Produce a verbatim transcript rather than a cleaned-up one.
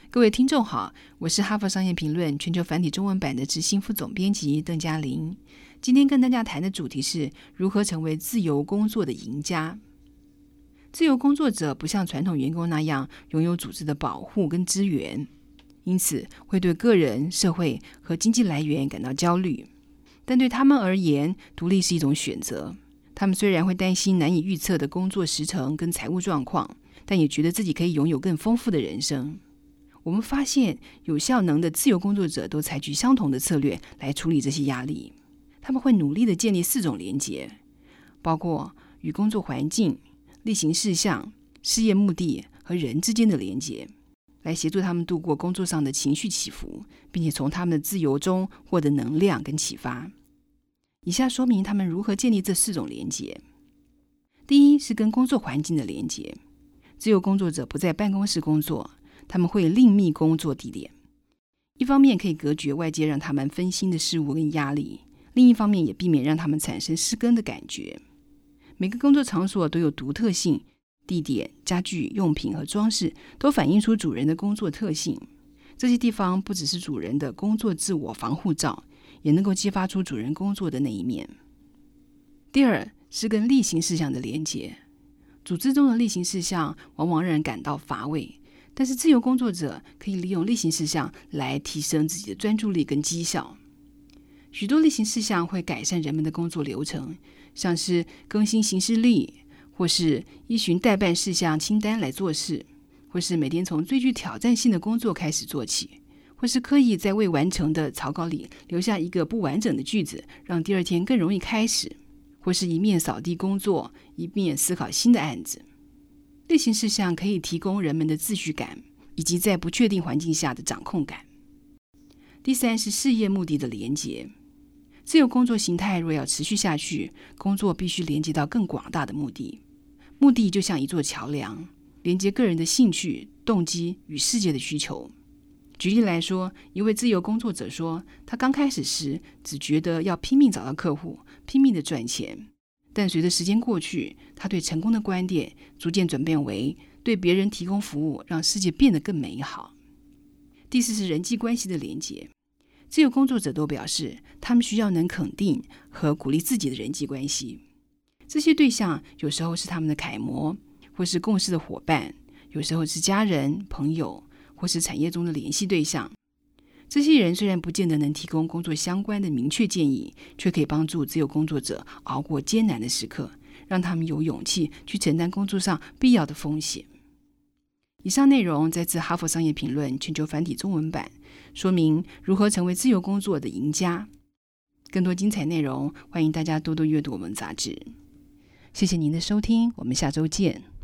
各位听众好，我是哈佛商业评论全球繁体中文版的执行副总编辑邓嘉玲。今天跟大家谈的主题是如何成为自由工作的赢家。自由工作者不像传统员工那样拥有组织的保护跟资源，因此会对个人、社会和经济来源感到焦虑。但对他们而言，独立是一种选择。他们虽然会担心难以预测的工作时程跟财务状况，但也觉得自己可以拥有更丰富的人生。我们发现有效能的自由工作者都采取相同的策略来处理这些压力。他们会努力地建立四种连结，包括与工作环境、例行事项、事业目的和人之间的连结，来协助他们度过工作上的情绪起伏，并且从他们的自由中获得能量跟启发。以下说明他们如何建立这四种连结。第一是跟工作环境的连结。自由工作者不在办公室工作，他们会另觅工作地点，一方面可以隔绝外界让他们分心的事物跟压力，另一方面也避免让他们产生失根的感觉。每个工作场所都有独特性，地点、家具、用品和装饰都反映出主人的工作特性。这些地方不只是主人的工作自我防护罩，也能够激发出主人工作的那一面。第二是跟例行事项的连结。组织中的例行事项往往让人感到乏味，但是自由工作者可以利用例行事项来提升自己的专注力跟绩效。许多例行事项会改善人们的工作流程，像是更新行事历，或是依循待办事项清单来做事，或是每天从最具挑战性的工作开始做起，或是刻意在未完成的草稿里留下一个不完整的句子，让第二天更容易开始，或是一面扫地工作，一面思考新的案子。例行事项可以提供人们的秩序感，以及在不确定环境下的掌控感。第三是事业目的的连结。自由工作形态若要持续下去，工作必须连接到更广大的目的。目的就像一座桥梁，连接个人的兴趣、动机与世界的需求。举例来说，一位自由工作者说，他刚开始时只觉得要拼命找到客户，拼命的赚钱，但随着时间过去，他对成功的观点逐渐转变为对别人提供服务，让世界变得更美好。第四是人际关系的连结。自由工作者都表示，他们需要能肯定和鼓励自己的人际关系。这些对象有时候是他们的楷模，或是共事的伙伴，有时候是家人、朋友，或是产业中的联系对象。这些人虽然不见得能提供工作相关的明确建议，却可以帮助自由工作者熬过艰难的时刻，让他们有勇气去承担工作上必要的风险。以上内容摘自哈佛商业评论全球繁体中文版，说明如何成为自由工作的赢家。更多精彩内容，欢迎大家多多阅读我们杂志。谢谢您的收听，我们下周见。